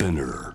Spinner。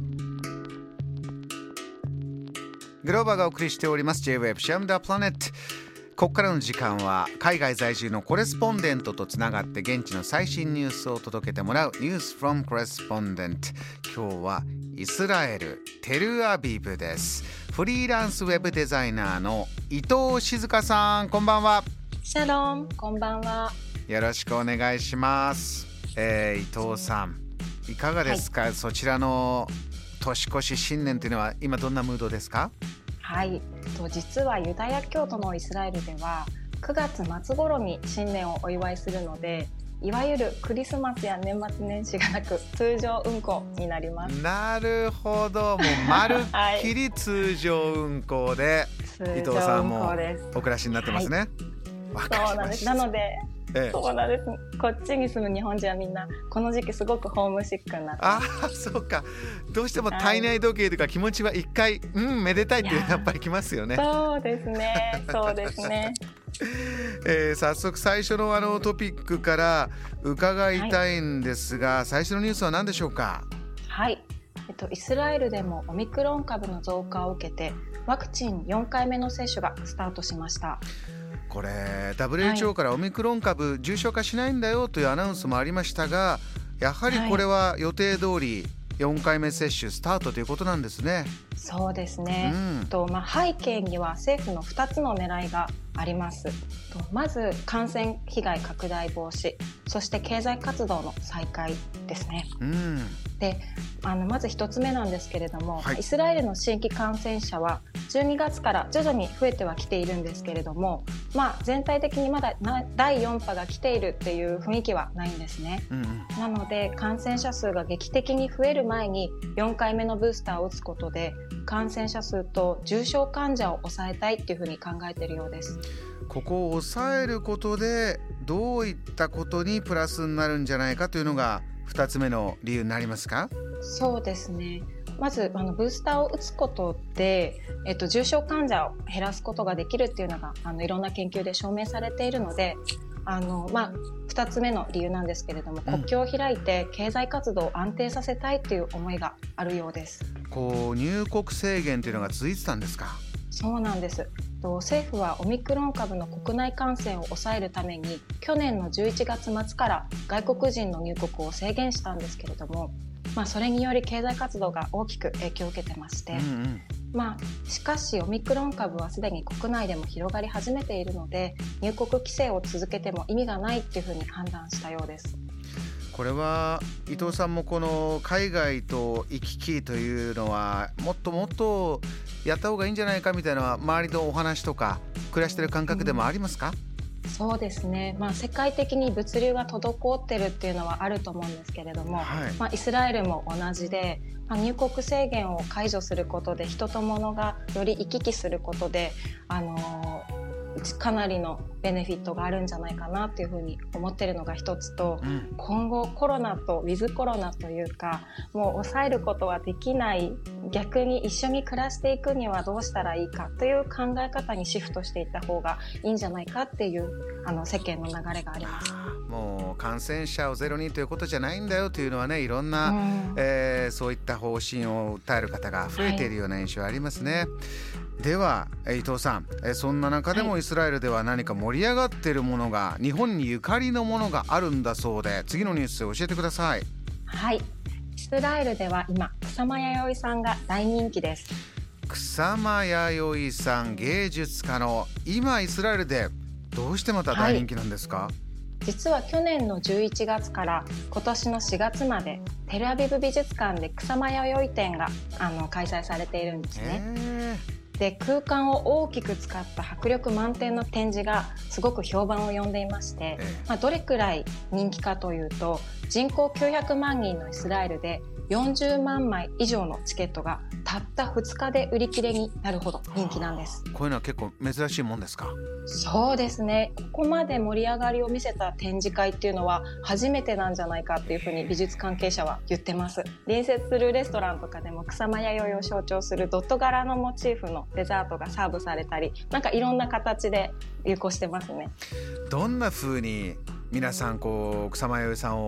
グローバーがお送りしております J-Web Sham the Planet。 ここからの時間は海外在住のコレスポンデントとつながって現地の最新ニュースを届けてもらう News from Correspondent。 今日はイスラエルテルアビブです。フリーランスウェブデザイナーの伊藤静香さん、こんばんは。 シャロン、こんばんは。 よろしくお願いします。伊藤さん、いかがですか、そちらの年越し新年というのは今どんなムードですか？ はい、実はユダヤ教徒のイスラエルでは9月末頃に新年をお祝いするので、いわゆるクリスマスや年末年始がなく通常運行になります。 なるほど、もうまるっきり通常運行で、伊藤さんもお暮らしになってますね。 そうなんです。なので、そうなんです。こっちに住む日本人はみんなこの時期すごくホームシックになってます。 ああ、そうか。どうしても体内時計とか気持ちは一回、めでたいってやっぱりきますよね。 そうですね。そうですね。 早速最初のトピックから伺いたいんですが、最初のニュースは何でしょうか？ はい、イスラエルでもオミクロン株の増加を受けてワクチン4回目の接種がスタートしました。 これ WHO からオミクロン株重症化しないんだよというアナウンスもありましたが、やはりこれは予定通り4回目接種スタートということなんですね。 そうですね、背景には政府の2つの狙いがあります。まず感染被害拡大防止、そして経済活動の再開ですね。で、まず1つ目なんですけれども、イスラエルの新規感染者は12月から徐々に増えてはきているんですけれども、全体的にまだ第4波が来ているっていう雰囲気はないんですね。なので感染者数が劇的に増える前に4回目のブースターを打つことで感染者数と重症患者を抑えたいっていうふうに考えているようです。 ここを抑えることでどういったことにプラスになるんじゃないかというのが2つ目の理由になりますか？ そうですね。まずブースターを打つことで、重症患者を減らすことができるっていうのがいろんな研究で証明されているので、2つ目の理由なんですけれども、国境を開いて経済活動を安定させたいという思いがあるようです。 入国制限というのが続いてたんですか？ そうなんです。政府はオミクロン株の国内感染を抑えるために去年の11月末から外国人の入国を制限したんですけれども、それにより経済活動が大きく影響を受けてまして、しかしオミクロン株はすでに国内でも広がり始めているので、入国規制を続けても意味がないっていうふうに判断したようです。 これは伊藤さんもこの海外と行き来というのはもっともっとやった方がいいんじゃないかみたいな周りのお話とか暮らしてる感覚でもありますか？ そうですね、世界的に物流が滞ってるっていうのはあると思うんですけれども、イスラエルも同じで、入国制限を解除することで人と物がより行き来することで、かなりのベネフィットがあるんじゃないかなというふうに思っているのが一つと、今後コロナとウィズコロナというか、もう抑えることはできない、逆に一緒に暮らしていくにはどうしたらいいかという考え方にシフトしていった方がいいんじゃないかっていう世間の流れがあります。 もう感染者をゼロにということじゃないんだよというのはね、いろんな、そういった方針を訴える方が増えているような印象ありますね。では伊藤さん、そんな中でもイスラエルでは何か盛り上がっているものが、日本にゆかりのものがあるんだそうで、次のニュースを教えてください。 はい、イスラエルでは今草間彌生さんが大人気です。 草間彌生さん、芸術家の、今イスラエルでどうしてまた大人気なんですか？ 実は去年の11月から今年の4月までテルアビブ美術館で草間彌生展が開催されているんですね。で、空間を大きく使った迫力満点の展示がすごく評判を呼んでいまして、どれくらい人気かというと、人口900万人のイスラエルで40万枚以上のチケットがたった2日で売り切れになるほど人気なんです。 こういうのは結構珍しいもんですか？ そうですね、ここまで盛り上がりを見せた展示会っていうのは初めてなんじゃないかっていうふうに美術関係者は言ってます。隣接するレストランとかでも草間彌生を象徴するドット柄のモチーフのデザートがサーブされたり、なんかいろんな形で流行してますね。 どんな風に皆さん草間彌生さんを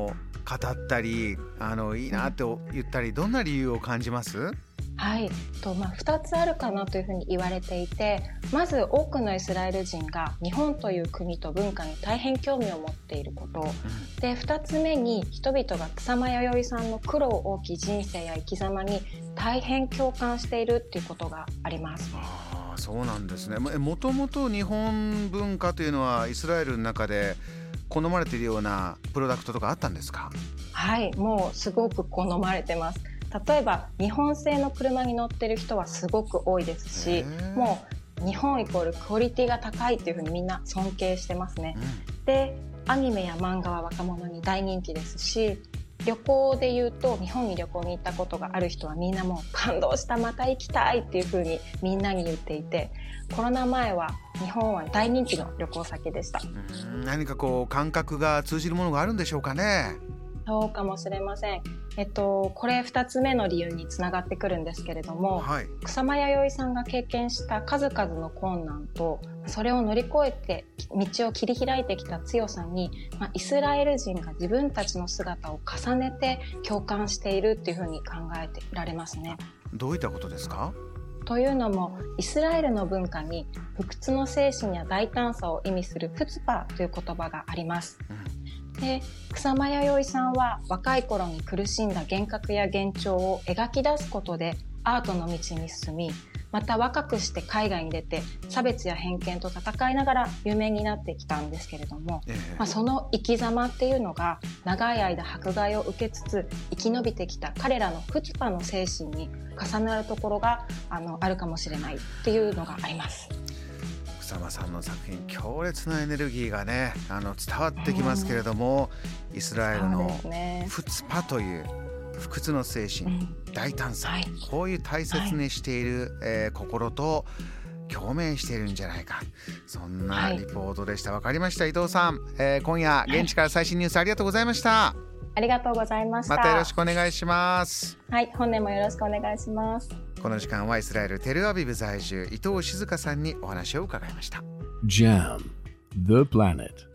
ったりいいなって言ったり、どんな理由を感じます？ はい、2つあるかなというふうに言われていて、まず多くのイスラエル人が日本という国と文化に大変興味を持っていること、で2つ目に人々が草間彌生さんの苦労多き人生や生き様に大変共感しているということがあります。 そうなんですね。もともと日本文化というのはイスラエルの中で好まれているようなプロダクトとかあったんですか？ はい、もうすごく好まれてます。例えば日本製の車に乗ってる人はすごく多いですし、もう日本イコールクオリティが高いっていうふうにみんな尊敬してますね。で、アニメや漫画は若者に大人気ですし、旅行で言うと日本に旅行に行ったことがある人はみんなもう感動した、また行きたいっていうふうにみんなに言っていて、コロナ前は日本は大人気の旅行先でした。 何か感覚が通じるものがあるんでしょうかね？ そうかもしれません。これ2つ目の理由につながってくるんですけれども、草間彌生さんが経験した数々の困難とそれを乗り越えて道を切り開いてきた強さに、イスラエル人が自分たちの姿を重ねて共感しているっていうふうに考えていられますね。 どういったことですか？ というのも、イスラエルの文化に不屈の精神や大胆さを意味するフツパという言葉があります。で、草間彌生さんは若い頃に苦しんだ幻覚や幻聴を描き出すことでアートの道に進み、また若くして海外に出て差別や偏見と戦いながら有名になってきたんですけれども、その生き様っていうのが長い間迫害を受けつつ生き延びてきた彼らのフツパの精神に重なるところがあるかもしれないっていうのがあります。 草間さんの作品、強烈なエネルギーがね伝わってきますけれども、イスラエルのフツパという不屈の精神、大胆さ、こういう大切にしている、心と共鳴しているんじゃないか、そんなリポートでした。わかりました。伊藤さん、今夜現地から最新ニュースありがとうございました。 ありがとうございました。 またよろしくお願いします。 はい、本年もよろしくお願いします。 この時間はイスラエルテルアビブ在住伊藤静香さんにお話を伺いました。 JAM The Planet